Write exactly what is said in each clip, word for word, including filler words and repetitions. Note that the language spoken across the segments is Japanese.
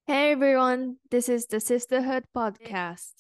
Hey everyone, this is the Sisterhood Podcast.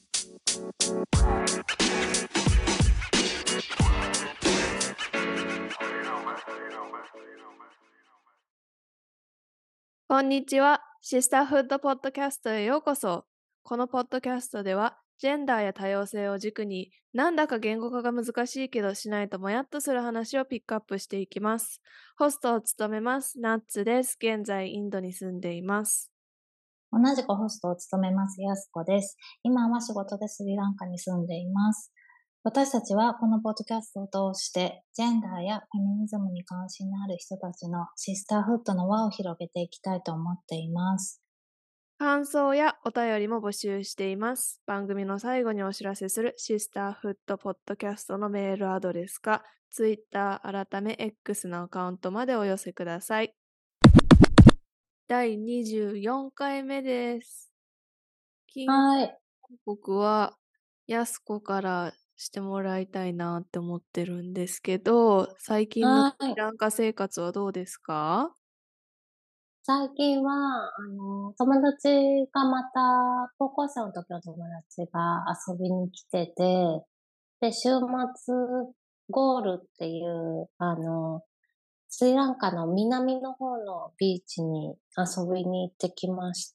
こんにちは。シスターフッドポッドキャストへようこそ。このポッドキャストでは、ジェンダーや多様性を軸に、なんだか言語化が難しいけどしないともやっとする話をピックアップしていきます。ホストを務めます、ナッツです。現在、インドに住んでいます。 同じくホストを務めます、やすこです。今は仕事でスリランカに住んでいます。私たちはこのポッドキャストを通して、ジェンダーやフェミニズムに関心のある人たちのシスターフッドの輪を広げていきたいと思っています。 感想やお便りも募集しています。番組の最後にお知らせするシスターフットポッドキャストのメールアドレスか、Twitter 改め X のアカウントまでお寄せください。だいにじゅうよんかいめです。 はい。 僕はやすこからしてもらいたいなって思ってるんですけど、最近のスリはい。 ランカ生活はどうですか？ 最近は、あの、友達がまた、高校生の時の友達が遊びに来てて、で、週末、ゴールっていう、あの、スリランカの南の方のビーチに遊びに行ってきました。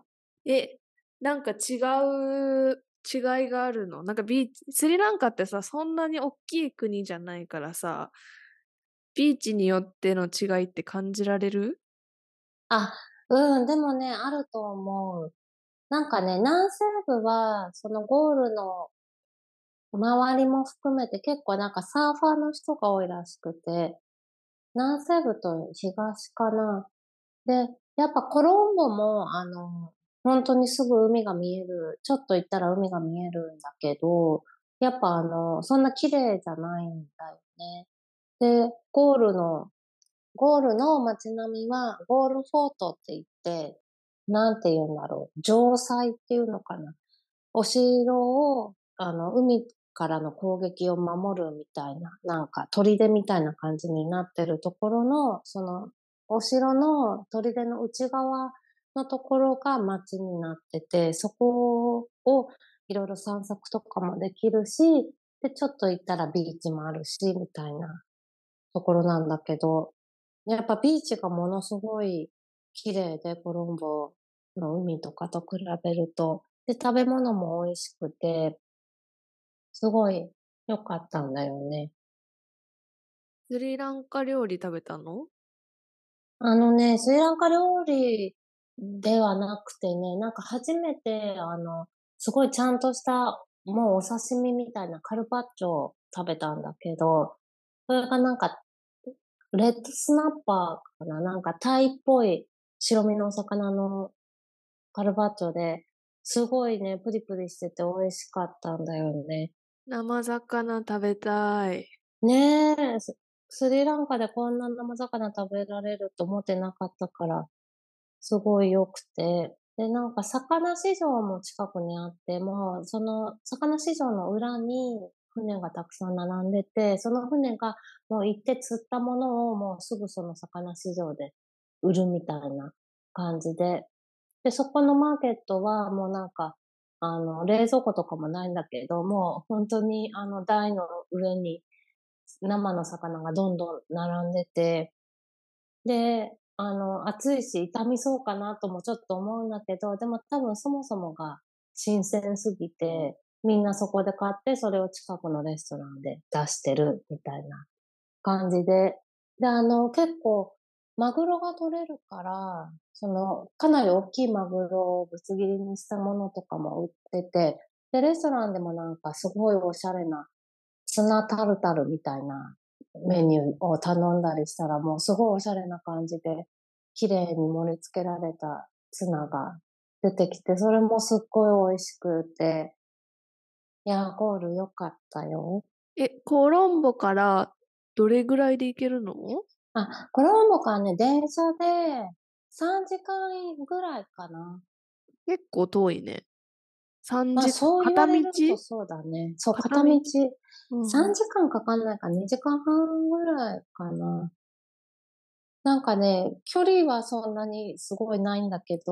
え、なんか違う違いがあるの？なんかビーチ、スリランカってさ、そんなに大きい国じゃないからさ、ビーチによっての違いって感じられる？ あ、うん、でもね、あると思う。なんかね、南西部は、そのゴールの周りも含めて結構なんかサーファーの人が多いらしくて、南西部と東かな。で、やっぱコロンボも、あの、本当にすぐ海が見える、ちょっと行ったら海が見えるんだけど、やっぱあの、そんな綺麗じゃないんだよね。で、ゴールの、ゴールの街並みは、ゴールフォートって言って、なんて言うんだろう、城塞っていうのかな。お城を、あの、海からの攻撃を守るみたいな、なんか砦みたいな感じになってるところの、その、お城の砦の内側のところが街になってて、そこをいろいろ散策とかもできるし、で、ちょっと行ったらビーチもあるし、みたいなところなんだけど、やっぱビーチがものすごい綺麗で、コロンボの海とかと比べると、で、食べ物も美味しくて、すごい良かったんだよね。 スリランカ料理食べたの？ あのね、スリランカ料理ではなくてね、なんか初めて、あの、すごいちゃんとした、もうお刺身みたいなカルパッチョを食べたんだけど、それがなんか、レッドスナッパーかな、なんかタイっぽい白身のお魚のカルパッチョで、すごいね、プリプリしてて美味しかったんだよね。 生魚食べたい。 ねえ、ススリランカでこんな生魚食べられると思ってなかったから、すごい良くて。で、なんか魚市場も近くにあって、もうその魚市場の裏に船がたくさん並んでて、その船がもう行って釣ったものをもうすぐその魚市場で売るみたいな感じで。で、そこのマーケットはもうなんか、あの、冷蔵庫とかもないんだけども、本当にあの台の上に生の魚がどんどん並んでて、で、あの、暑いし傷みそうかなともちょっと思うんだけど、でも多分そもそもが新鮮すぎて、みんなそこで買ってそれを近くのレストランで出してるみたいな感じで、で、あの、結構、マグロが取れるから、その、かなり大きいマグロをぶつ切りにしたものとかも売ってて、で、レストランでもなんかすごいおしゃれなツナタルタルみたいなメニューを頼んだりしたらもうすごいおしゃれな感じで、綺麗に盛り付けられたツナが出てきて、それもすっごい美味しくて、いやー、ゴール良かったよ。 え、コロンボからどれぐらいで行けるの？ あ、コロンボからね、電車でさんじかんぐらいかな。 結構遠いね。3 まあ時、 そう言わ片道れるとそうだね。そう、 片道。 片道うんう 3 ん。 時間かかんないかにじかんはんぐらいかな。なんかね、距離はそんなにすごいないんだけど、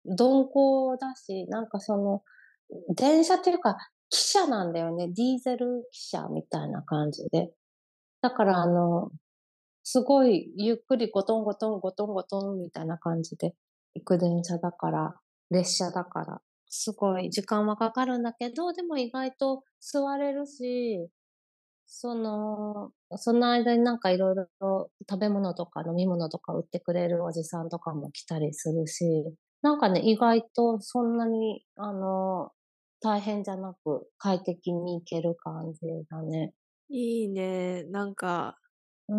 鈍行だし、なんかその、電車っていうか、汽車なんだよね。ディーゼル汽車みたいな感じで。だからあの、すごいゆっくりゴトンゴトンゴトンゴトンみたいな感じで行く電車だから、列車だから、すごい時間はかかるんだけど、でも意外と座れるし、その、その間になんかいろいろ食べ物とか飲み物とか売ってくれるおじさんとかも来たりするし、なんかね、意外とそんなに、あの、大変じゃなく快適に行ける感じだね。 いいね。なんか、 うん。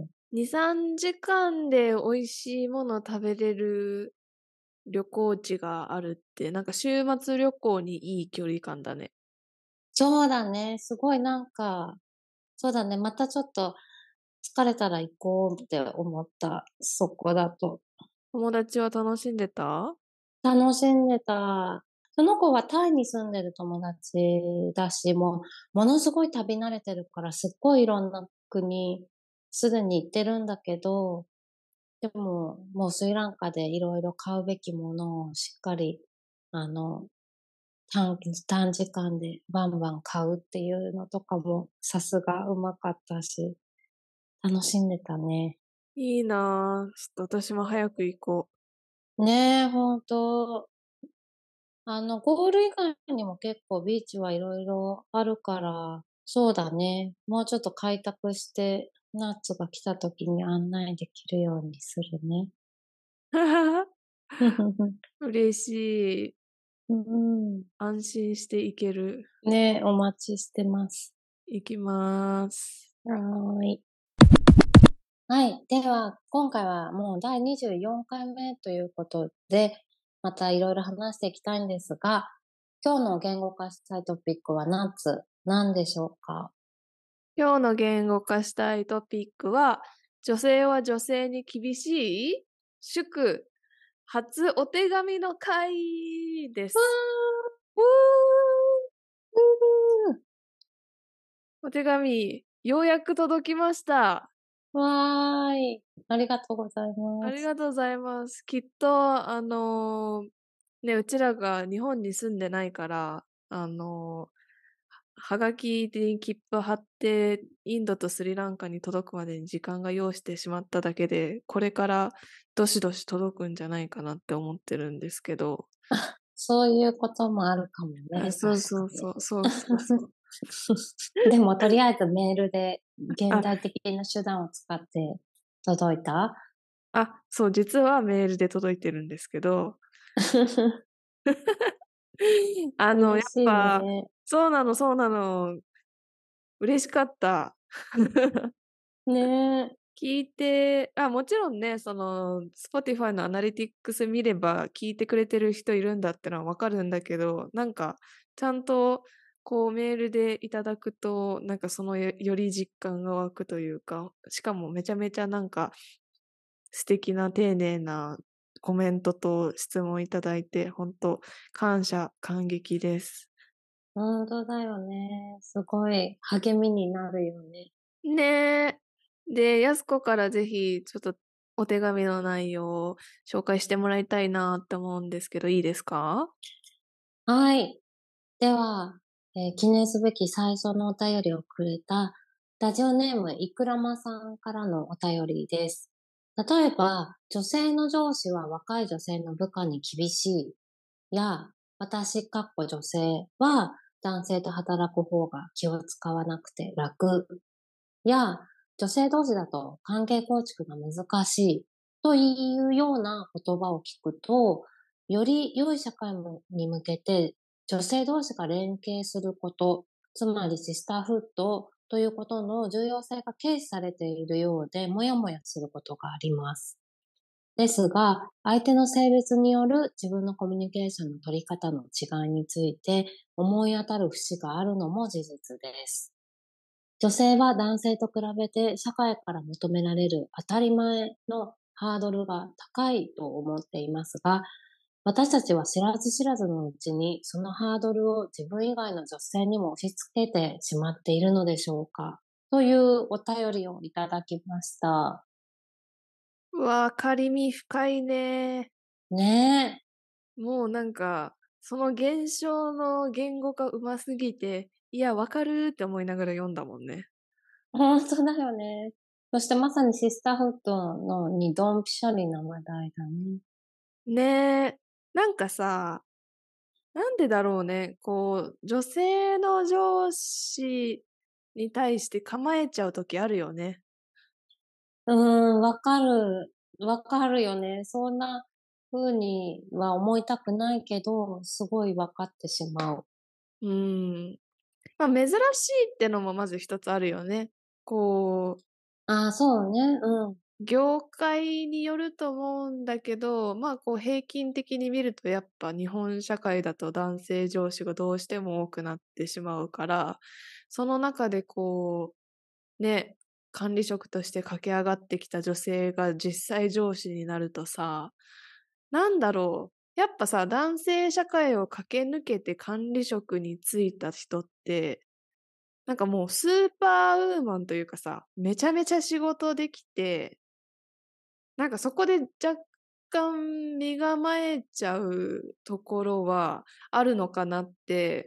に、さんじかんで美味しいもの食べれる旅行地があるって、なんか週末旅行にいい距離感だね。 そうだね。すごいなんか、そうだね。またちょっと疲れたら行こうって思った。そこだと。 友達は楽しんでた？ 楽しんでた。その子はタイに住んでる友達だし、もう、ものすごい旅慣れてるから、すっごいいろんな国、すでに行ってるんだけど、でも、もうスリランカでいろいろ買うべきものをしっかり、あの、短短時間でバンバン買うっていうのとかも、さすがうまかったし、楽しんでたね。 いいなぁ。ちょっと私も早く行こねえ、ほんと。あの、ゴール以外にも結構ビーチはいろいろあるから、そうだね。もうちょっと開拓して、ナッツが来た時に案内できるようにするね。 う。嬉しい。 うん。 安心して行ける。 ね、お待ちしてます。 行きまーす。 はーい。はい。では、今回はもうだいにじゅうよんかいめということで、またいろいろ話していきたいんですが、今日の言語化したいトピックはナッツ、何でしょうか？ 今日の言語化したいトピックは、女性は女性に厳しい祝初お手紙の会でわす。 ー、うー、 お手紙、ようやく届きました。 わーい。ありがとうございあります。 がとうございます。きっと、あのね、うちらが日本に住んでないから、あのはがきに切符貼って、インドとスリランカに届くまでに時間が要してしまっただけで、これからどしどし届くんじゃないかなって思ってるんですけど。 そういうこともあるかもあ、 ね、確そうそうかに。 そう、そうそうそう。 でも、とりあえずメールで現あ、 代的な手段を使って届いた？ あ、そう、実はメールで届いてるんですけど、あの、やっ嬉しいぱ、 ね。 そうなのそうなの、嬉しかった。 ねえ。 聞いて、あ、もちろんね、その、Spotify のアナリティクス見れば聞いてくれてる人いるんだってのはわかるんだけど、なんか、ちゃんとこうメールでいただくと、なんかそのよより実感が湧くというか、しかもめちゃめちゃなんか素敵な丁寧なコメントと質問いただいて、本当感謝、感激です。 ほんとだよね。すごい励みになるよね。 ねえ。で、やすこからぜひ、ちょっとお手紙の内容を紹介してもらいたいなって思うんですけど、いいですか？ はい。では、えー記念すべき最初のお便りをくれた、ラジオネームいくらまさんからのお便りです。例えば、女性の上司は若い女性の部下に厳しいや、私かっこ女性は男性と働く方が気を使わなくて楽や、女性同士だと関係構築が難しいというような言葉を聞くと、より良い社会に向けて女性同士が連携すること、つまりシスターフットということの重要性が軽視されているようで、もやもやすることがあります。ですが、相手の性別による自分のコミュニケーションの取り方の違いについて思い当たる節があるのも事実です。女性は男性と比べて社会から求められる当たり前のハードルが高いと思っていますが、私たちは知らず知らずのうちにそのハードルを自分以外の女性にも押し付けてしまっているのでしょうか、というお便りをいただきました。 うわ、かりみ深いね。 ねえ。 もうなんか、その現象の言語化上手すぎて、いや、わかるって思いながら読んだもんね。 ほんとだよね。そしてまさにシスターフッドのにドンピシャリな話題だね。 ねえ。なんかさ、なんでだろうね、こう、女性の上司に対して構えちゃう時あるよね。 うーん、分かる。分かるよね。そんな風には思いたくないけど、すごい分かってしまう。 うーん。ま、珍しいってのもまず一つあるよね。こうああ、そうね、うん。 業界によると思うんだけど、まあ、こう平均的に見るとやっぱ日本社会だと男性上司がどうしても多くなってしまうから、その中でこう、ね、管理職として駆け上がってきた女性が実際上司になるとさ、なんだろう、やっぱさ、男性社会を駆け抜けて管理職に就いた人って、なんかもうスーパーウーマンというかさ、めちゃめちゃ仕事できて、なんかそこで若干身構えちゃうところはあるのかなって、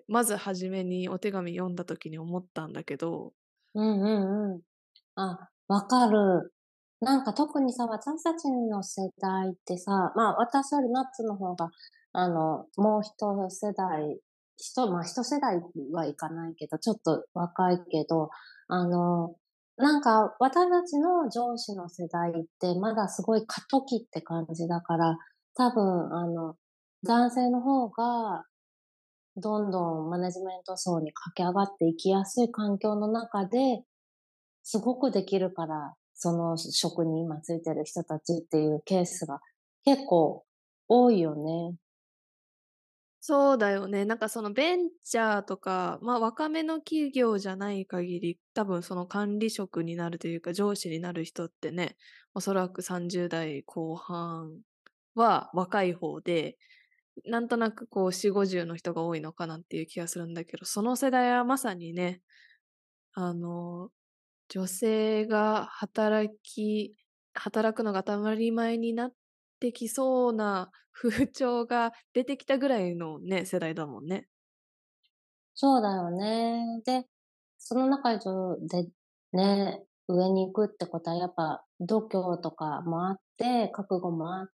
まず初めにお手紙読んだ時に思ったんだけど。 うんうんうん。あ、分かる。なんか特にさ、私たちの世代ってさ、まあ、私よりナッツの方が、あの、もう一世代、ひとまあ、一世代はいかないけど、ちょっと若いけど、あの、なんか私たちの上司の世代ってまだすごい過渡期って感じだから、多分あの、男性の方がどんどんマネジメント層に駆け上がっていきやすい環境の中で、すごくできるから、その職に今ついてる人たちっていうケースが結構多いよね。 そうだよね。なんかそのベンチャーとか、ま、若めの企業じゃない限り、多分その管理職になるというか、上司になる人ってね、おそらくさんじゅう代後半は若い方で、なんとなくこうよん、ごじゅうの人が多いのかなっていう気がするんだけど、その世代はまさにね、あの、女性が働き働くのが当たり前になってきそうな風潮が出てきたぐらいのね、世代だもんね。 そうだよね。で、その中ででね、上に行くってことはやっぱ度胸とかもあって、覚悟もあって、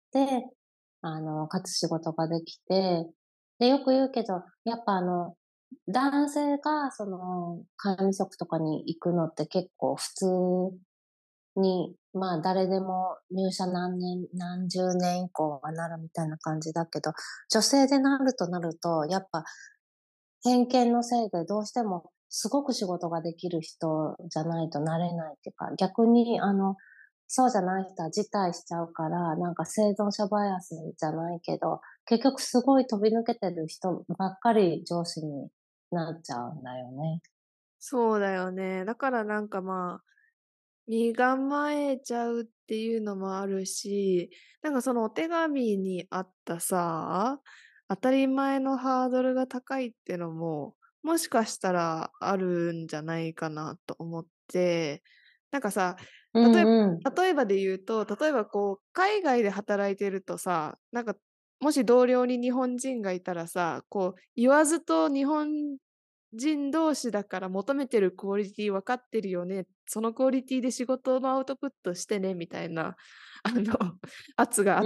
あの、かつ仕事ができて、で、よく言うけど、やっぱあの、男性がその管理職とかに行くのって結構普通に、まあ誰でも入社何年、何十年以降はなるみたいな感じだけど、女性でなるとなると、やっぱ偏見のせいでどうしてもすごく仕事ができる人じゃないとなれないっていうか、逆にあの、そうじゃない人は辞退しちゃうから、なんか生存者バイアスじゃないけど、結局すごい飛び抜けてる人ばっかり上司になっちゃうんだよね。 そうだよね。だからなんかまあ、身構えちゃうっていうのもあるし、なんかそのお手紙にあったさ、当たり前のハードルが高いってのも、もしかしたらあるんじゃないかなと思って、なんかさ、 う例えんうん。 例えばで言うと、例えばこう、海外で働いてるとさ、なんか、もし同僚に日本人がいたらさ、こう、言わずと日本人同士だから求めてるクオリティ分かってるよね、そのクオリティで仕事のアウトプットしてねみたいな、あの、圧があうって、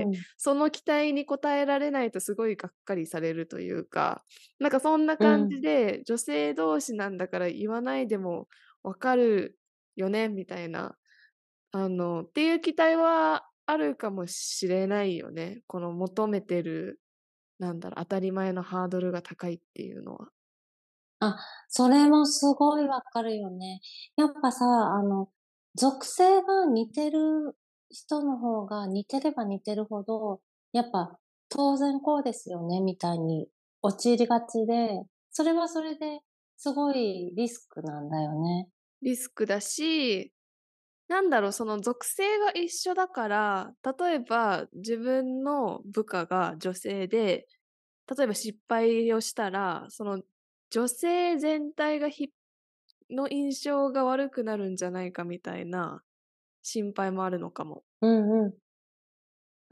んうん。 その期待に応えられないとすごいがっかりされるというか、なんかそんなうん。 感じで、女性同士なんだから言わないでも分かるよねみたいな、あの、っていう期待はあるかもしれないよね。この求めてる、なんだろう、当たり前のハードルが高いっていうのは。 あ、それもすごいわかるよね。やっぱさ、あの、属性が似てる人の方が似てれば似てるほど、やっぱ当然こうですよねみたいに陥りがちで、それはそれですごいリスクなんだよね。 リスクだし、なんだろう、その属性が一緒だから、例えば自分の部下が女性で、例えば失敗をしたら、その女性全体がひの印象が悪くなるんじゃないかみたいな心配もあるのかも。 うんうん。あ、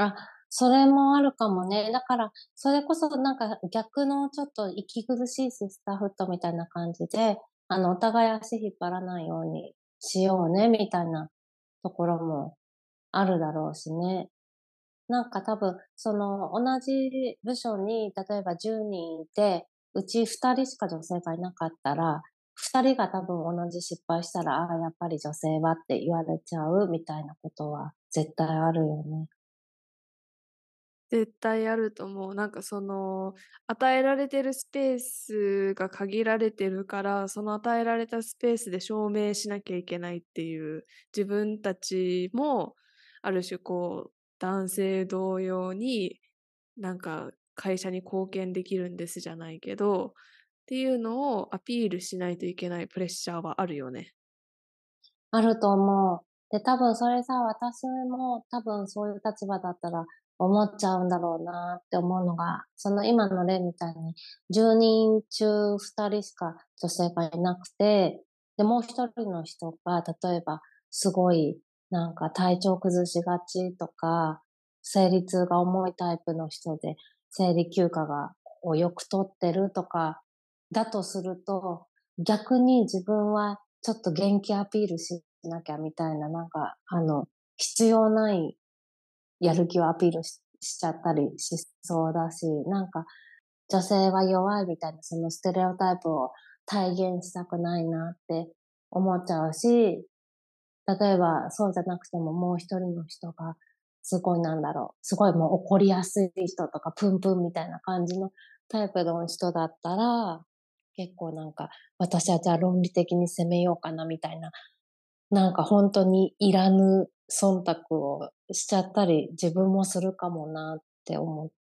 それもあるかもね。だから、それこそなんか逆のちょっと息苦しいシスターフットみたいな感じで、あの、お互い足引っ張らないようにしようね、みたいなところもあるだろうしね。なんか多分、その、同じ部署に、例えばじゅうにんいて、うちふたりしか女性がいなかったら、ふたりが多分同じ失敗したら、ああ、やっぱり女性はって言われちゃうみたいなことは絶対あるよね。 絶対あると思う。なんかその、与えられてるスペースが限られてるから、その与えられたスペースで証明しなきゃいけないっていう、自分たちも、ある種こう、男性同様に、なんか会社に貢献できるんですじゃないけど、っていうのをアピールしないといけないプレッシャーはあるよね。 あると思う。で、多分それさ、私も多分そういう立場だったら思っちゃうんだろうなって思うのが、その今の例みたいにじゅうにん中ふたりしか女性がいなくて、で、もう一人の人が、例えばすごいなんか体調崩しがちとか、生理痛が重いタイプの人で、生理休暇がをよく取ってるとか、だとすると、逆に自分はちょっと元気アピールしなきゃみたいな、なんか、あの、必要ないやる気をアピールししちゃったりしそうだし、なんか、女性は弱いみたいな、そのステレオタイプを体現したくないなって思っちゃうし、例えばそうじゃなくてももう一人の人が、すごいなんだろう、すごいもう怒りやすい人とか、プンプンみたいな感じのタイプの人だったら、結構なんか、私はじゃあ論理的に攻めようかなみたいな、なんか本当にいらぬ忖度をしちゃったり、自分もするかもなって思った。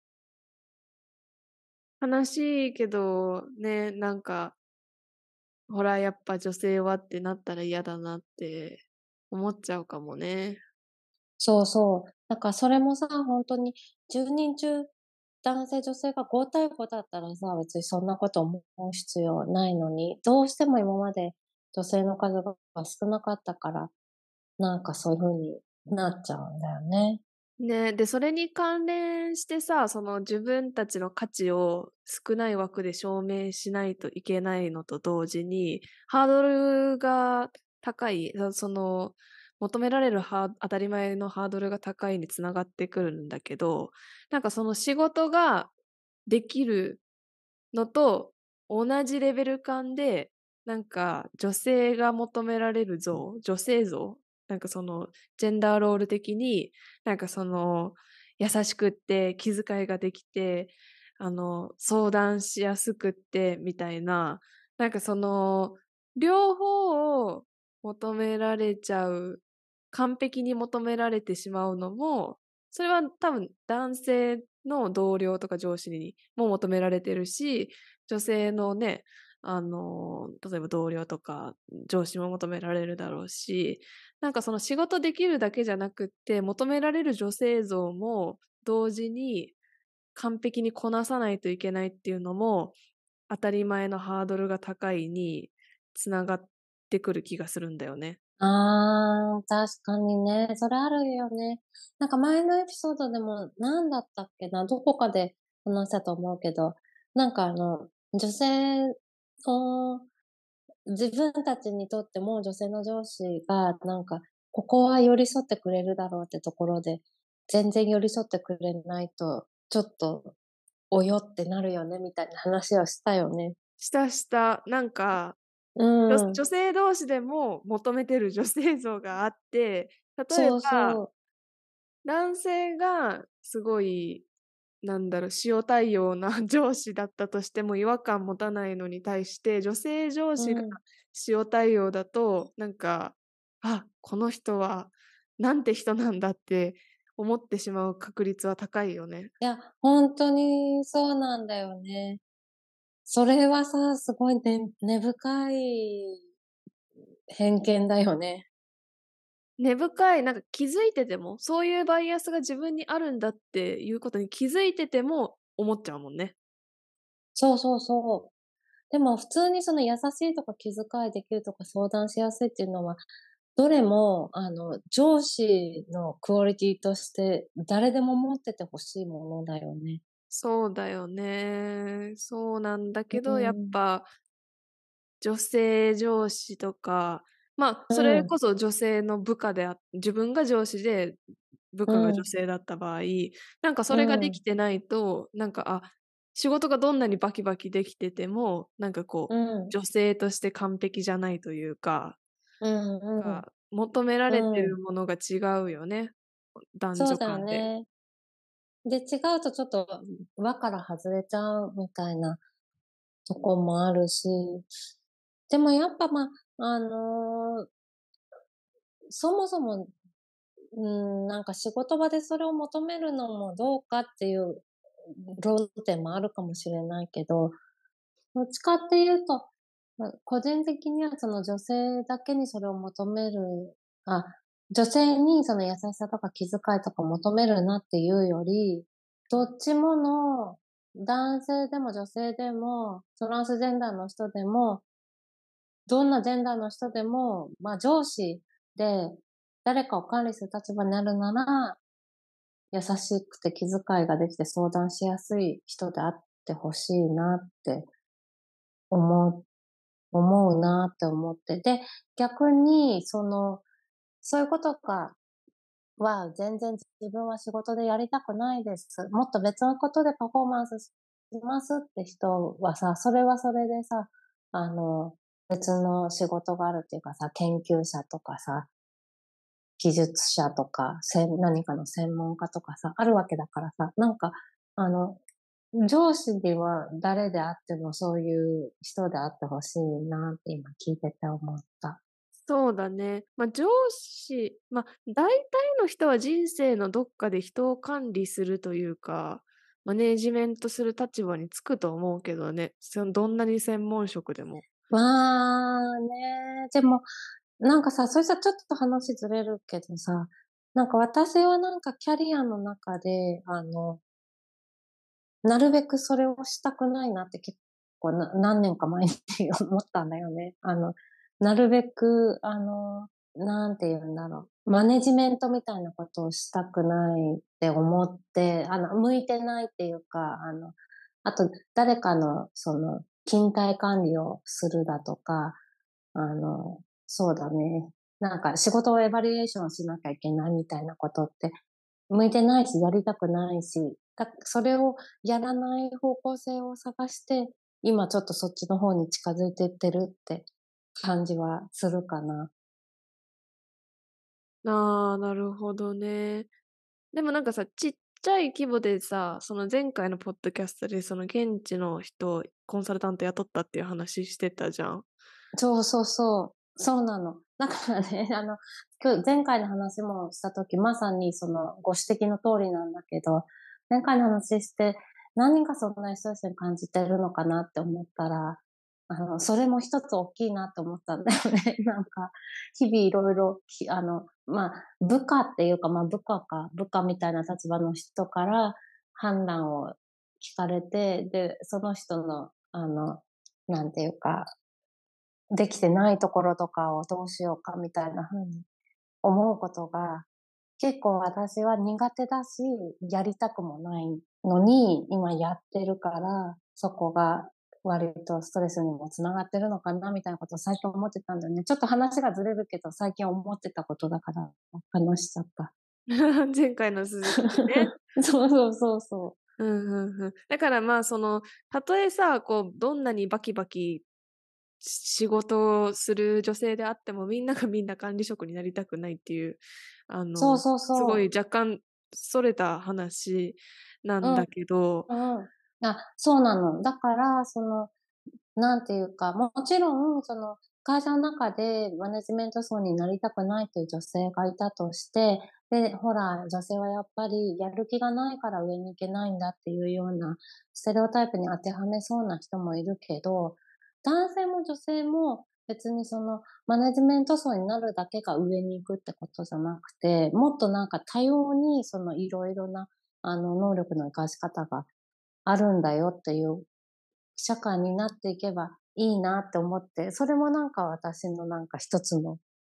悲しいけど、ね、なんか、ほら、やっぱ女性はってなったら嫌だなって思っちゃうかもね。 そうそう。だからそれもさ、本当にじゅうにん中、男性女性がご対ごだったらさ、別にそんなこと思う必要ないのに、どうしても今まで女性の数が少なかったから、なんかそういう風になっちゃうんだよね。 ね、で、それに関連してさ、その自分たちの価値を少ない枠で証明しないといけないのと同時に、ハードルが高い、そその、求められるハー当たり前のハードルが高いに繋がってくるんだけど、なんかその仕事ができるのと同じレベル感で、なんか女性が求められる像、女性像、なんかそのジェンダーロール的に、なんかその優しくって気遣いができて、あの相談しやすくってみたいな、なんかその両方を求められちゃう、完璧に求められてしまうのも、それは多分男性の同僚とか上司にも求められてるし、女性のね、あの、例えば同僚とか上司も求められるだろうし、なんかその仕事できるだけじゃなくって、求められる女性像も同時に完璧にこなさないといけないっていうのも、当たり前のハードルが高いに繋がってくる気がするんだよね。 ああ、確かにね。それあるよね。なんか前のエピソードでも何だったっけな、どこかで話したと思うけど、なんかあの、女性を自分たちにとっても女性の上司がなんか、ここは寄り添ってくれるだろうってところで、全然寄り添ってくれないと、ちょっと、およってなるよねみたいな話をしたよね。 したした。なんかう女ん。 女性同士でも求めてる女性像があって、例えそうば、 そう。 男性がすごい、なんだろう、塩対応な上司だったとしても違和感持たないのに対して、女性上う司がん。 塩対応だと、なんか、あ、この人はなんて人なんだって思ってしまう確率は高いよね。 いや、ほんとにそうなんだよね。それはさ、すごいね根深い偏見だよね。 根深い、なんか気づいてても、そういうバイアスが自分にあるんだっていうことに気づいてても思っちゃうもんね。 そうそうそう。でも普通にその優しいとか気遣いできるとか相談しやすいっていうのはどれも、あの、上司のクオリティとして誰でも持ってて欲しいものだよね。 そうだよね。そうなんだうけど、やっん。 ぱ女性上司とか、まあ、 うそれん。 こそ女性の部下であ自分が上司で、部下が女うん。 性だった場合、なんかそうれができん。 てないと、なんか、あ、仕事がどんなにバキバキできてても、なんかこう、 うん。 女性として完璧じゃないというか、 うんうん。 が、求められてうん。 るものが違うよね、男女そうだよ間で。 ね。で、違うとちょっと輪から外れちゃうみたいなとこもあるし、でもやっぱ、ま、あの、そもそも、うん、なんか仕事場でそれを求めるのもどうかっていう論点もあるかもしれないけど、どっちかっていうと、ま、個人的にはその女性だけにそれを求める、あ、女性にその優しさとか気遣いとか求めるなっていうより、どっちもの男性でも女性でも、トランスジェンダーの人でも、どんなジェンダーの人でも、ま、上司で誰かを管理する立場になるなら、優しくて気遣いができて相談しやすい人であって欲しいなって思う思うなって思って。で、逆にその、そういうことがは全然自分は仕事でやりたくないです。もっと別のことでパフォーマンスしますって人はさ、それはそれでさ、あの、別の仕事があるっていうかさ、研究者とかさ、技術者とか、せん何かの専門家とかさ、あるわけだからさ、なんか、あの、上司には誰であってもそういう人であってほしいなって今聞いてて思った。 そうだね。ま、上司ま、大体の人は人生のどっかで人を管理するというか、マネージメントする立場につくと思うけどね。そのどんなに専門職でも。 まあ、ね、でも、なんかさ、それじゃちょっと話ずれるけどさ、なんか私はなんかキャリアの中で、あの、なるべくそれをしたくないなって結構な何年か前に思ったんだよね。あの、なるべく、あの、なんて言うんだろう、マネジメントみたいなことをしたくないって思って、あの、向いてないっていうか、あの、あと誰かのその、勤怠管理をするだとか、あの、そうだね。なんか仕事をエバリエーションしなきゃいけないみたいなことって向いてないし、やりたくないし、だそれをやらない方向性を探して、今ちょっとそっちの方に近づいていってるって感じはするかな。 ああ、なるほどね。でもなんかさ、ちっちゃい規模でさ、その前回のポッドキャストでその現地の人、コンサルタント雇ったっていう話してたじゃん。 そうそうそう。そうなの。だからね、あの、今日前回の話もした時、まさにそのご指摘の通りなんだけど、前回の話して、何がそんなにストレスに感じてるのかなって思ったら、あの、それも一つ大きいなって思ったんだよね。なんか、日々いろいろ、きあの、まあ、部下っていうか、まあ、部下か、部下みたいな立場の人から判断を聞かれて、で、その人の、あの、なんていうか、できてないところとかをどうしようかみたいな風に思うことが、結構私は苦手だし、やりたくもないのに、今やってるから、そこが割とストレスにも繋がってるのかなみたいなことを最近思ってたんだよね。ちょっと話がずれるけど、最近思ってたことだから話しちゃった。 前回の続きでね。 そうそうそうそう。 うん、うんうん。だからまあ、その、たとえさ、こう、どんなにバキバキ仕事をする女性であっても、みんながみんな管理職になりたくないっていう、あの、 そうそうすごいそう。 若干それた話なんだうん、 けど、 うん。あ、そうなの。だから、その、なんていうか、もちろん、その、会社の中でマネジメント層になりたくないという女性がいたとして、で、ほら、女性はやっぱりやる気がないから上に行けないんだっていうようなステレオタイプに当てはめそうな人もいるけど、男性も女性も別にそのマネジメント層になるだけが上に行くってことじゃなくて、もっとなんか多様にそのいろいろなあの能力の活かし方があるんだよっていう社会になっていけばいいなって思って、それもなんか私のなんか一つの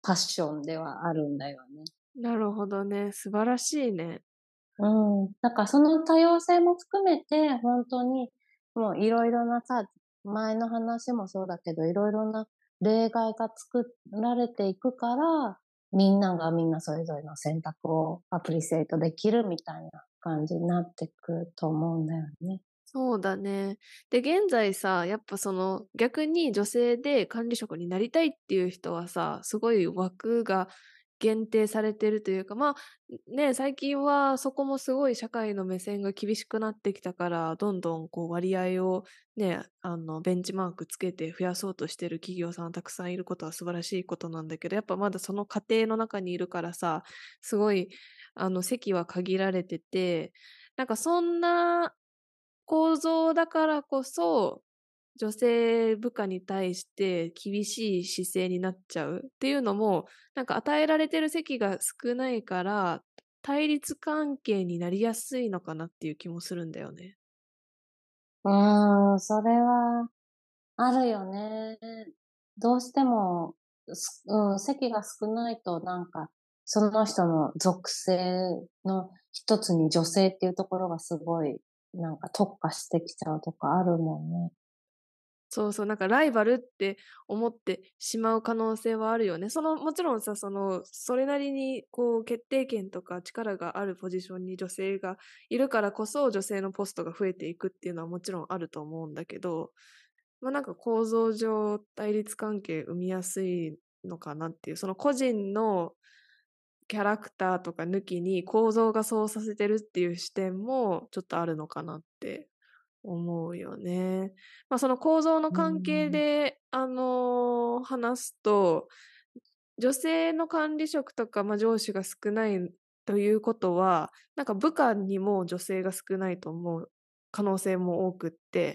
パッションではあるんだよね。 なるほどね。素晴らしいね。 うん。だからその多様性も含めて、ほんとに、もういろいろなさ、前の話もそうだけど、いろいろな例外が作られていくから、みんながみんなそれぞれの選択をアプリセイトできるみたいな感じになってくと思うんだよね。 そうだね。で、現在さ、やっぱその逆に女性で管理職になりたいっていう人はさ、すごい枠が限定されてるというか、まあ、ね、最近はそこもすごい社会の目線が厳しくなってきたから、どんどんこう割合をね、あのベンチマークつけて増やそうとしてる企業さんたくさんいることは素晴らしいことなんだけど、やっぱまだその過程の中にいるからさ、すごいあの席は限られてて、なんかそんな構造だからこそ、女性部下に対して厳しい姿勢になっちゃうっていうのも、なんか与えられてる席が少ないから、対立関係になりやすいのかなっていう気もするんだよね。 うーん、それはあるよね。どうしても、すうん、席が少ないとなんか、その人の属性の一つに女性っていうところがすごい、なんか特化してきちゃうとかあるもんね。 そうそう、なんかライバルって思ってしまう可能性はあるよね。その、もちろんさ、その、それなりにこう決定権とか力があるポジションに女性がいるからこそ、女性のポストが増えていくっていうのはもちろんあると思うんだけど、ま、なんか構造上、対立関係生みやすいのかなっていう、その個人のキャラクターとか抜きに、構造がそうさせてるっていう視点もちょっとあるのかなって思うよね。ま、その構造のうー関係ん。 で、あの、話すと、女性の管理職とか、ま、上司が少ないということは、なんか部下にも女性が少ないと思う可能性も多くって、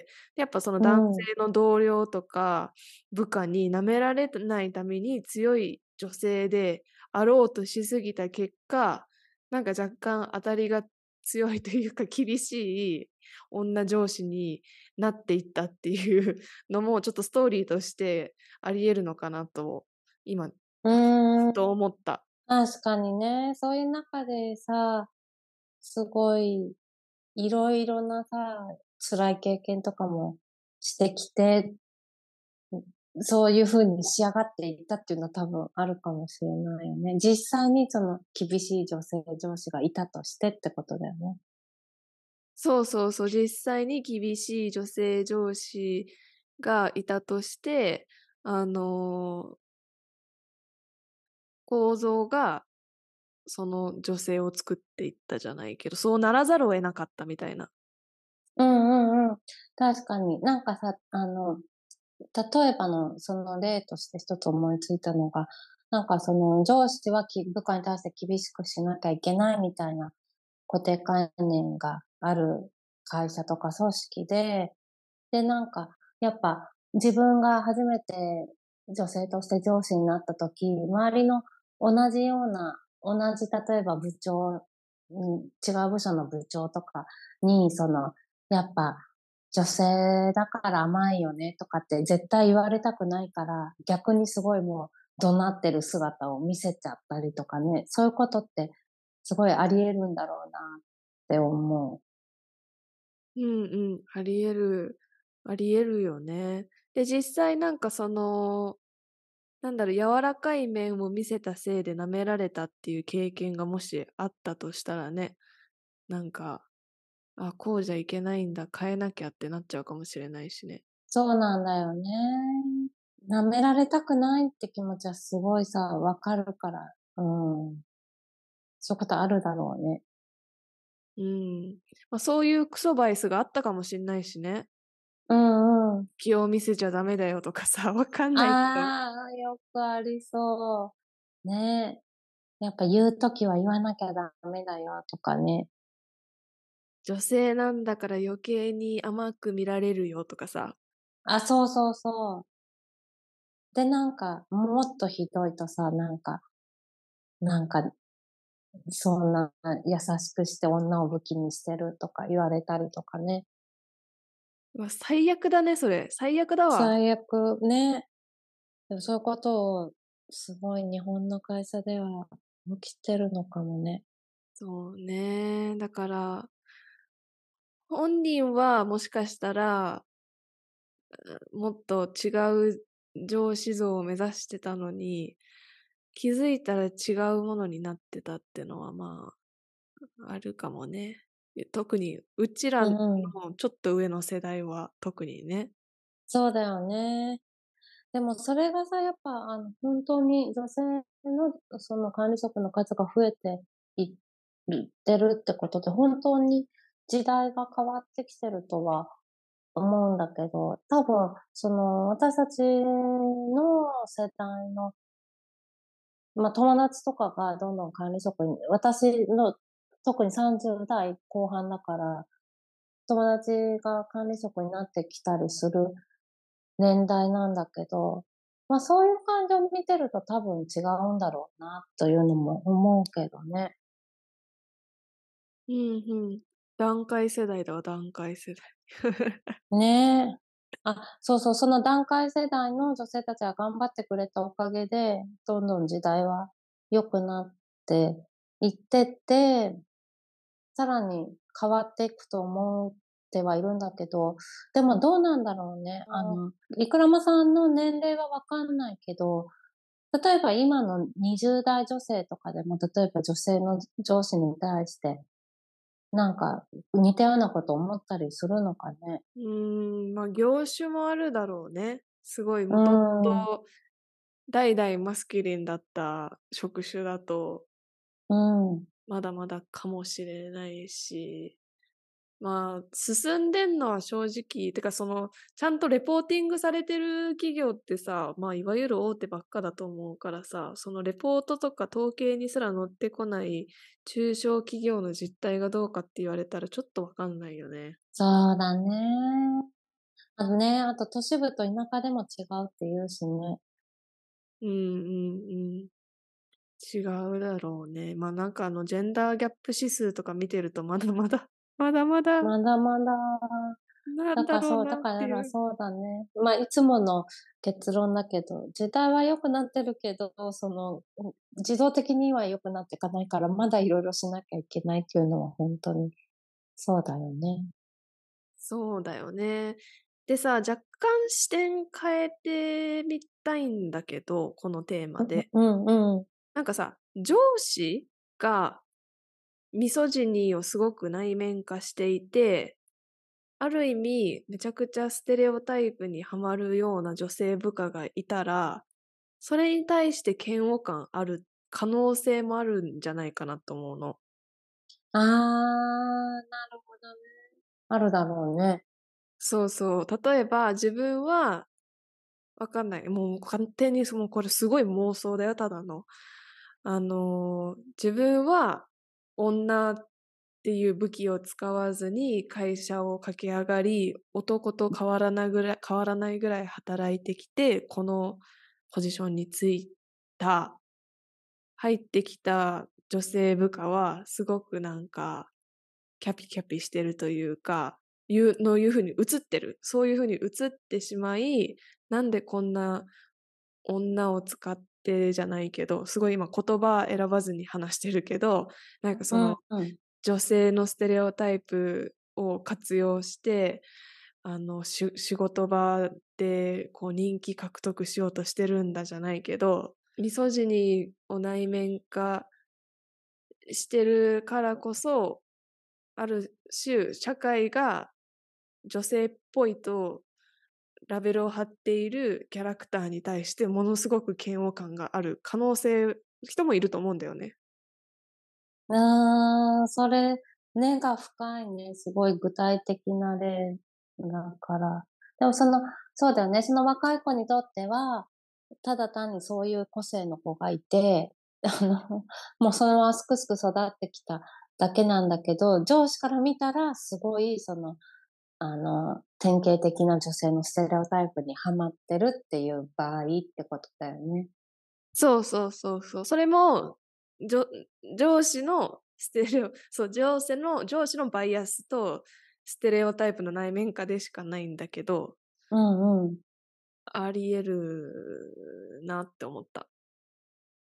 やっぱそのう男ん。 性の同僚とか部下に舐められないために強い女性であろうとしすぎた結果、なんか若干当たりが強いというか厳しい女上司になっていったっていうのも、ちょっとストーリーとしてあり得るのかなと、今うーん、 と思った。 確かにね、そういう中でさ、すごいいろいろなさ、辛い経験とかもしてきて、そういう風に仕上がっていったっていうのは多分あるかもしれないよね。実際にその厳しい女性上司がいたとしてってことだよね。 そうそうそう、実際に厳しい女性上司がいたとして、あの、構造がその女性を作っていったじゃないけど、そうならざるを得なかったみたいな。 うんうんうん。確かに。なんかさ、あの、例えばのその例として一つ思いついたのが、なんかその上司はき部下に対して厳しくしなきゃいけないみたいな固定観念がある会社とか組織で、で、なんか、やっぱ自分が初めて女性として上司になった時、周りの同じような、同じ例えば部長、うん、違う部署の部長とかに、その、やっぱ女性だから甘いよねとかって絶対言われたくないから、逆にすごいもう怒鳴ってる姿を見せちゃったりとかね、そういうことってすごいあり得るんだろうなって思う。 うんうん、あり得るあり得るよね。で、実際なんかその、なんだろう、柔らかい面を見せたせいで舐められたっていう経験がもしあったとしたらね、なんか、あ、こうじゃいけないんだ、変えなきゃってなっちゃうかもしれないしね。 そうなんだよね。舐められたくないって気持ちはすごいさ、わかるから、うん。そういうことあるだろうね。 うん。ま、そういうクソバイスがあったかもしんないしね。 うんうん。 気を見せちゃダメだよとかさ、わかんないけど。 ああ、よくありそう。ね。やっぱ言うときは言わなきゃダメだよとかね。 女性なんだから余計に甘く見られるよとかさ。 あ、そうそうそう。で、なんか、もっとひどいとさ、なんかなんか、そんな優しくして女を武器にしてるとか言われたりとかね。 うわ、最悪だね、それ。最悪だわ。 最悪ね。でもそういうことをすごい日本の会社では起きてるのかもね。 そうね。だから、本人はもしかしたら、もっと違う上司像を目指してたのに、気づいたら違うものになってたってのは、まあ、あるかもね。え、特にうちらのうんうん。 ちょっと上の世代は特にね。 そうだよね。でもそれがさ、やっぱあの、本当に女性のその管理職の数が増えていってるってことで、本当に時代が変わってきてるとは思うんだけど、多分その私たちの世代の、ま、友達とかがどんどん管理職に私の特にさんじゅう代後半だから、友達が管理職になってきたりする年代なんだけど、ま、そういう感じを見てると多分違うんだろうなというのも思うけどね。 うんうん。団塊世代だわ、団塊世代。 ねえ。あ、そうそう、その団塊世代の女性たちが頑張ってくれたおかげで、どんどん時代は良くなっていってて、さらに変わっていくと思ってはいるんだけど、でもどうなんだろうね。あの、イクラマさんの年齢はわかんないけど、例えば今のにじゅう代女性とかでも、例えば女性の上司に対して、なんか似たようなこと思ったりするのかね。 うーん、ま、業種もあるだろうね。すごいうーもともん、 と代々マスキリンだった職種だと、 うん。 まだまだかもしれないし、まあ、進んでんのは正直、てかその、ちゃんとレポーティングされてる企業ってさ、まあ、いわゆる大手ばっかだと思うからさ、そのレポートとか統計にすら載ってこない中小企業の実態がどうかって言われたらちょっとわかんないよね。 そうだね。あのね、あと都市部と田舎でも違うって言うしね。 うんうんうん。違うだろうね。ま、なんかあのジェンダーギャップ指数とか見てるとまだまだ、まだまだ、 まだまだ、 なんだだからそう、だろうなっからていう。 そうだね。まあ、いつもの結論だけど、時代は良くなってるけど、その、うん、自動的には良くなっていかないから、まだいろいろしなきゃいけないっていうのはほんとにそうだよね。 そうだよね。でさ、若干視点変えてみたいんだけど、このテーマで。 うんうんうん。 なんかさ、上司がミソジニーをすごく内面化していて、ある意味めちゃくちゃステレオタイプにはまるような女性部下がいたら、それに対して嫌悪感ある可能性もあるんじゃないかなと思うの。 ああ、なるほどね。あるだろうね。 そうそう。例えば自分はわかんない。もう勝手に、その、これすごい妄想だよ、ただの。あの、自分は女っていう武器を使わずに会社を駆け上がり、男と変わらなぐらい変わらないぐらい働いてきて、このポジションに就いた。入ってきた女性部下はすごくなんかキャピキャピしてるというか、いうのいう風に映ってる。そういう風に映ってしまい、なんでこんな女を使ってじゃないけど、すごい今言葉選ばずに話してるけど、なんかそのうんうん。 女性のステレオタイプを活用して、あの、し仕事場でこう人気獲得しようとしてるんだじゃないけど、ミソジニーを内面化してるからこそ、ある種社会が女性っぽいとラベルを貼っているキャラクターに対してものすごく嫌悪感がある可能性人もいると思うんだよね。 ああ、それ、根が深いね。すごい具体的な例だから。でもその、そうだよね、その若い子にとっては、ただ単にそういう個性の子がいて、あの、もうそのまますくすく育ってきただけなんだけど、上司から見たらすごいその、あの、典型的な女性のステレオタイプにはまってるっていう場合ってことだよね。 そうそうそうそう。それも、じょ上司のステレオそう、上司の上司のバイアスとステレオタイプの内面化でしかないんだけど、 うんうん。 あり得るなって思った。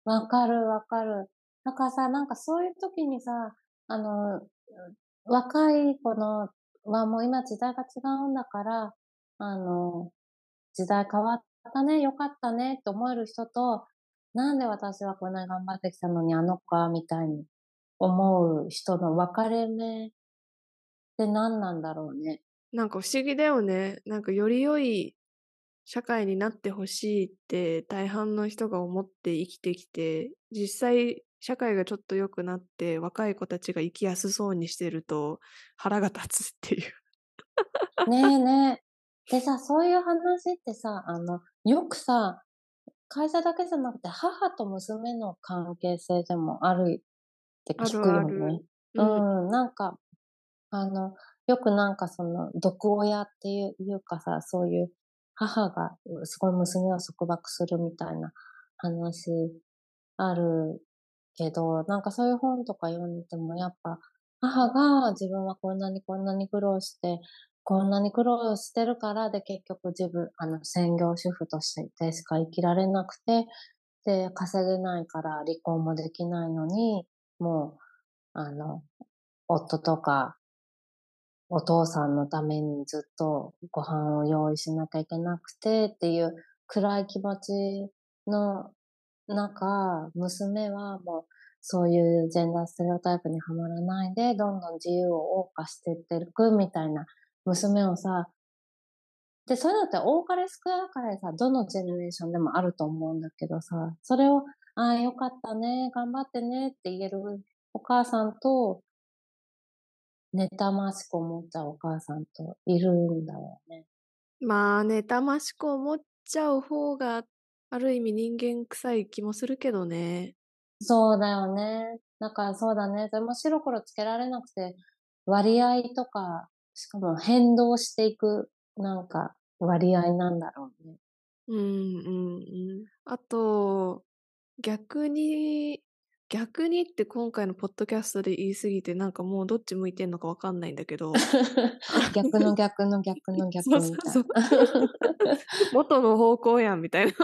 わかるわかる。なんかさ、なんかそういう時にさ、あの、若い子のはもう今時代が違うんだから、あの、時代変わったね、良かったねって思える人と、なんで私はこんなに頑張ってきたのにあの子はみたいに思う人の分かれ目って何なんだろうね。 なんか不思議だよね。なんかより良い社会になってほしいって大半の人が思って生きてきて、実際社会がちょっと良くなって若い子たちが生きやすそうにしてると腹が立つっていう。 ねえねえ。でさ、そういう話ってさ、あの、よくさ、会社だけじゃなくて母と娘の関係性でもあるってあ聞くるある。 よね。ううん。 ん、なんか、あの、よくなんかその、毒親っていういうかさ、そういう母がすごい娘を束縛するみたいな話あるけど、なんかそういう本とか読んでてもやっぱ、母が自分はこんなにこんなに苦労して、こんなに苦労してるからで結局自分、あの、専業主婦としてしか生きられなくて、で、稼げないから離婚もできないのに、もう、あの、夫とかお父さんのためにずっとご飯を用意しなきゃいけなくてっていう暗い気持ちの中、娘はもうそういうジェンダーステレオタイプにはまらないで、どんどん自由を謳歌していってるくみたいな娘をさ、で、そういうのって多かれ少なかれさ、どのジェネレーションでもあると思うんだけどさ、それを、ああ、よかったね、頑張ってねって言えるお母さんと、妬ましく思っちゃうお母さんといるんだよね。 まあ、妬ましく思っちゃう方が、ある意味人間臭い気もするけどね。 そうだよね。だからそうだね。それも白黒つけられなくて、割合とか、しかも変動していく、なんか、割合なんだろうね。 うんうんうん。あと、逆に逆にって今回のポッドキャストで言い過ぎて、なんかもうどっち向いてんのかわかんないんだけど。 逆の逆の逆のそう逆みたいそうそう。元の方向やんみたいな。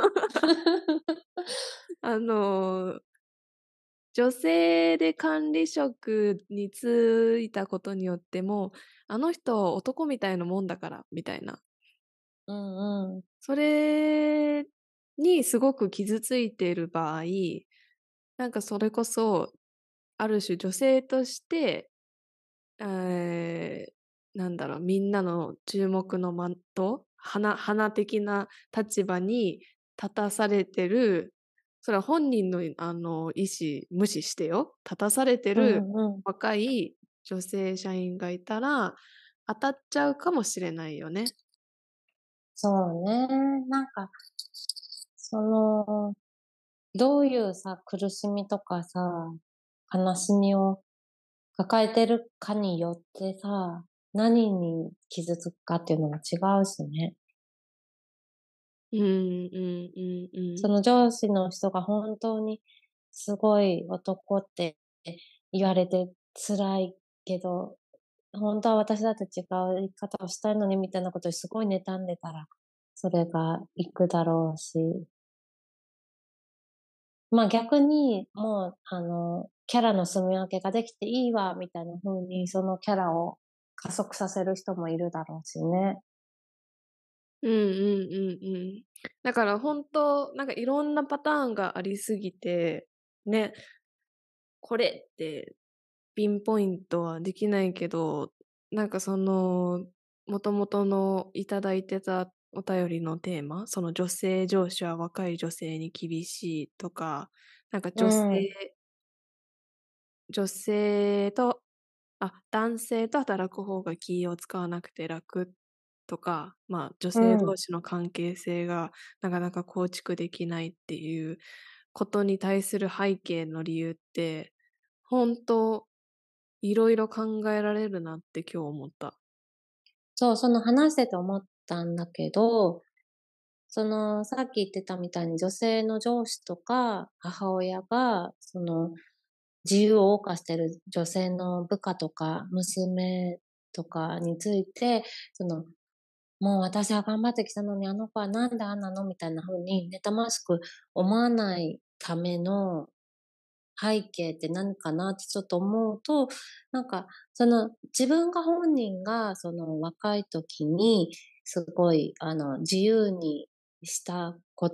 あの、女性で管理職に就いたことによっても、あの人は男みたいなもんだからみたいな。 うんうん。 それにすごく傷ついている場合、なんかそれこそ、ある種女性として、ええ、なんだろう、みんなの注目の的、花花的な立場に立たされてる、それは本人のあの意思無視してよ、立たされてうるんうん。 若い女性社員がいたら、当たっちゃうかもしれないよね。 そうね。なんか、その、どういうさ、苦しみとかさ、悲しみを抱えてるかによってさ、何に傷つくかっていうのが違うしね。 うんうんうんうん。 その上司の人が本当にすごい男って言われて辛いけど、本当は私だって違う生き方をしたいのにみたいなことにすごい妬んでたら、それがいくだろうし。まあ逆に、もう、あの、キャラの住み分けができていいわ、みたいな風に、そのキャラを加速させる人もいるだろうしね。 うんうんうんうん。だから本当、なんかいろんなパターンがありすぎて、ね、これってピンポイントはできないけど、なんかその、元々のいただいてたお便りのテーマ、その女性上司は若い女性に厳しいとか、なんか女性うん、 女性とあ、男性と働く方が気を使わなくて楽とか、まあ、女うん。 性同士の関係性がなかなか構築できないっていうことに対する背景の理由って、本当いろいろ考えられるなって今日思った。 そう、その話してて思ったんだけど、その、さっき言ってたみたいに女性の上司とか母親が、その、自由を謳歌してる女性の部下とか娘とかについて、その、もう私は頑張ってきたのにあの子はなんであんなのみたいな風に妬ましく思わないための背景って何かなってちょっと思うと、なんか、その、自分が本人がその若い時に、すごいあの、自由にしたこと、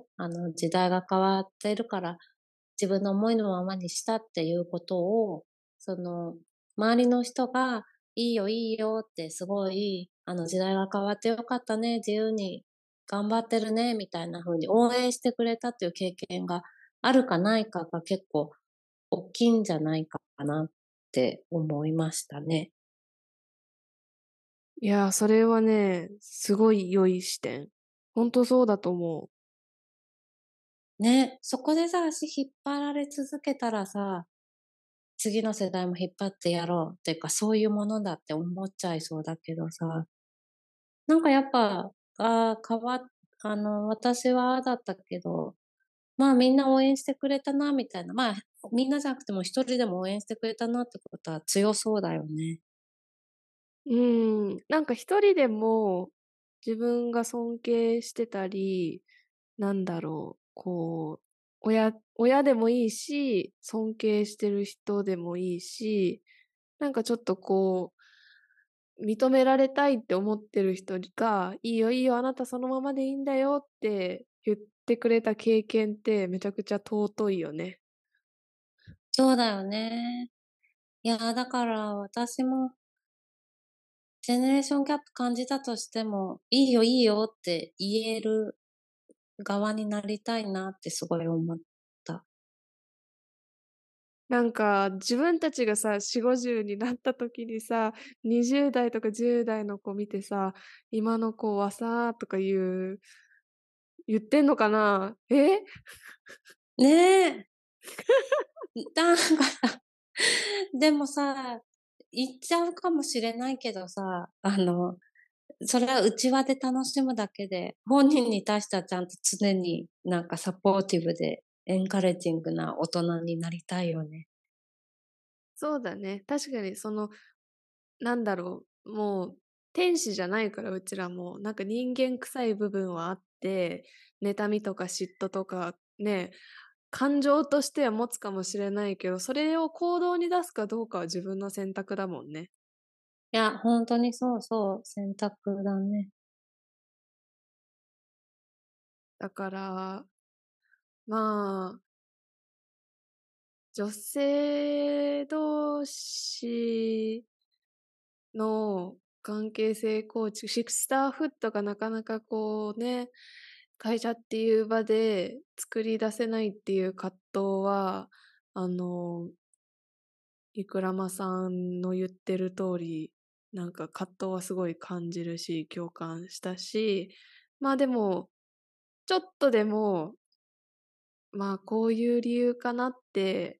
あの、時代が変わってるから、自分の思いのままにしたっていうことを、その、周りの人が「いいよいいよ」ってすごい、あの、「時代が変わって良かったね、自由に頑張ってるね」みたいな風に応援してくれたっていう経験があるかないかが結構おっきいんじゃないかなって思いましたね。 いや、それはね、すごい良い視点。ほんとそうだと思う。 ね、そこでさ、足引っ張られ続けたらさ、次の世代も引っ張ってやろうっていうか、そういうものだって思っちゃいそうだけどさ、なんかやっぱ、ああ、変わあの、私はああだったけど、まあ、みんな応援してくれたなみたいな、まあ、みんなじゃなくても一人でも応援してくれたなってことは強そうだよね。 うーん、なんか一人でも自分が尊敬してたり、なんだろう、こう、親親でもいいし、尊敬してる人でもいいし、なんかちょっとこう、認められたいって思ってる人が、「いいよいいよ、あなたそのままでいいんだよ」って言ってくれた経験ってめちゃくちゃ尊いよね。 そうだよね。いや、だから私もジェネレーションギャップ感じたとしても、いいよいいよって言える側になりたいなってすごい思った。 なんか、自分たちがさ、よん、ごじゅうになった時にさ、にじゅう代とかじゅう代の子見てさ、今の子はさとか言う言ってんのかな？え？ ねえ。なんかさ、でもさ、言っちゃうかもしれないけどさ、あの、それは内輪で楽しむだけで、本人に対してはちゃんと常になんかサポーティブでエンカレッジングな大人になりたいよね。 そうだね。確かにその、なんだろう、もう天使じゃないから、うちらも。なんか人間臭い部分はあって、妬みとか嫉妬とかね、感情としては持つかもしれないけど、それを行動に出すかどうかは自分の選択だもんね。 いや、ほんとにそうそう、選択だね。 だから、まあ女性同士の関係性構築、シクスターフットがなかなかこうね、会社っていう場で作り出せないっていう葛藤は、あの、イクラマさんの言ってる通り、なんか葛藤はすごい感じるし、共感したし、まあでも、ちょっとでもまあ、こういう理由かなって、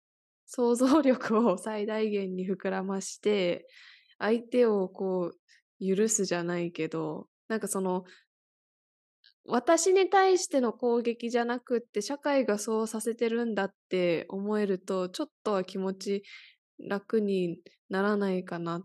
想像力を最大限に膨らまして、相手をこう許すじゃないけど、なんかその、私に対しての攻撃じゃなくって、社会がそうさせてるんだって思えると、ちょっとは気持ち楽にならないかなって、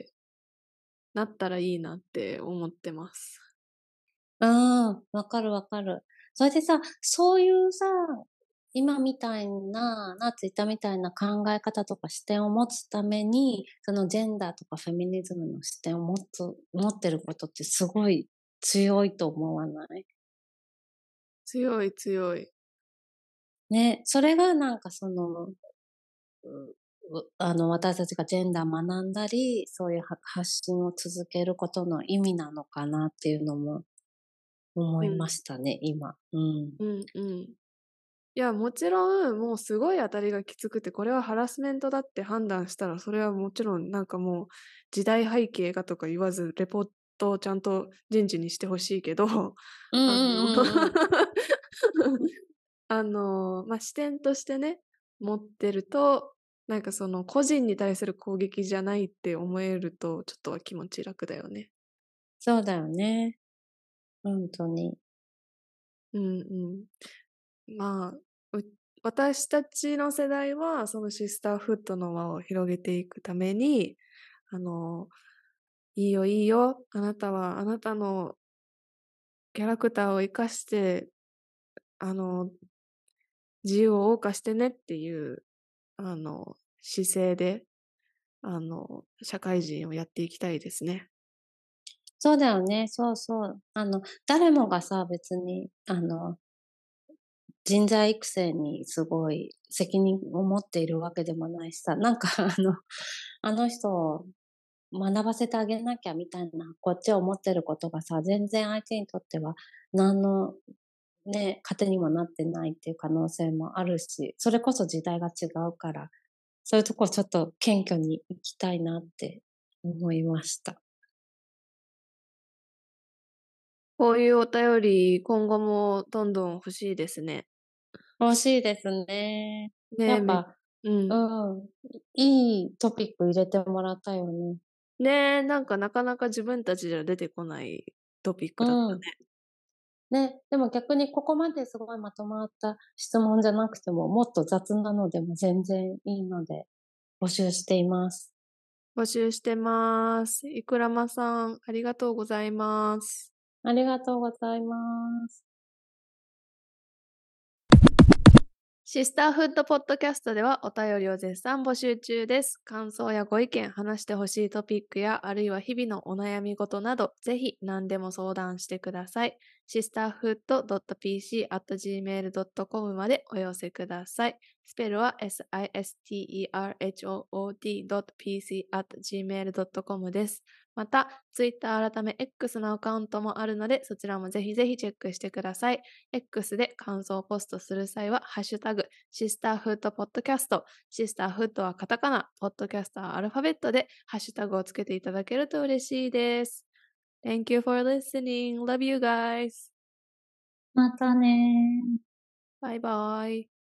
なったらいいなって思ってます。 ああ、わかるわかる。それでさ、そういうさ、今みたいな、なつ言ったみたいな考え方とか視点を持つために、そのジェンダーとかフェミニズムの視点を持つ持ってることってすごい強いと思わない？ 強い強い。 ね、それがなんかその、ううあの、私たちがジェンダー学んだり、そういうは発信を続けることの意味なのかなっていうのも思いまうん。 したね、今。うん。 うんうん。いや、もちろん、もうすごい当たりがきつくて、これはハラスメントだって判断したら、それはもちろんなんかもう、時代背景がとか言わず、レポートをちゃんと人事にしてほしいけど、 うんうあの、 んうんうん。 あの、ま、視点としてね、持ってると、なんかその個人に対する攻撃じゃないって思えると、ちょっとは気持ち楽だよね。 そうだよね。ほんとに。 うんうん。まあ、う私たちの世代は、そのシスターフッドの輪を広げていくために、あの、いいよいいよ、あなたはあなたのキャラクターを生かして、あの自由を謳歌してねっていう、あの、姿勢で、あの、社会人をやっていきたいですね。 そうだよね、そうそう。あの、誰もがさ、別に、あの、人材育成にすごい責任を持っているわけでもないしさ、なんかあの、あの人を学ばせてあげなきゃみたいな、こっちは思ってることがさ、全然相手にとっては何のね、糧にもなってないっていう可能性もあるし、それこそ時代が違うから、そういうとこちょっと謙虚に行きたいなって思いました。 こういうお便り、今後もどんどん欲しいですね。 欲しいですね。やねえ、めっぱ、 うん。 うん、いいトピック入れてもらったよね。 ねえ、なんかなかなか自分たちじゃ出てこないトピックだったうん。 ね。 ね、でも逆にここまですごいまとまった質問じゃなくても、もっと雑なのでも全然いいので、募集しています。 募集してます。いくらまさん、ありがとうございます。 ありがとうございます。 シスターフッドポッドキャストではお便りを絶賛募集中です。感想やご意見、話してほしいトピックや、あるいは日々のお悩み事など、ぜひ何でも相談してください。シスターフッドドットピーシーアットジーメールドットコム までお寄せください。スペルは シスターホット ピーシーアットジーメールドットコム です。また、Twitter 改め X のアカウントもあるので、そちらもぜひぜひチェックしてください。X で感想をポストする際は、ハッシュタグ、シスターフードポッドキャスト、シスターフードはカタカナ、ポッドキャストはアルファベットで、ハッシュタグをつけていただけると嬉しいです。Thank you for listening. Love you guys. またねー。 バイバイ。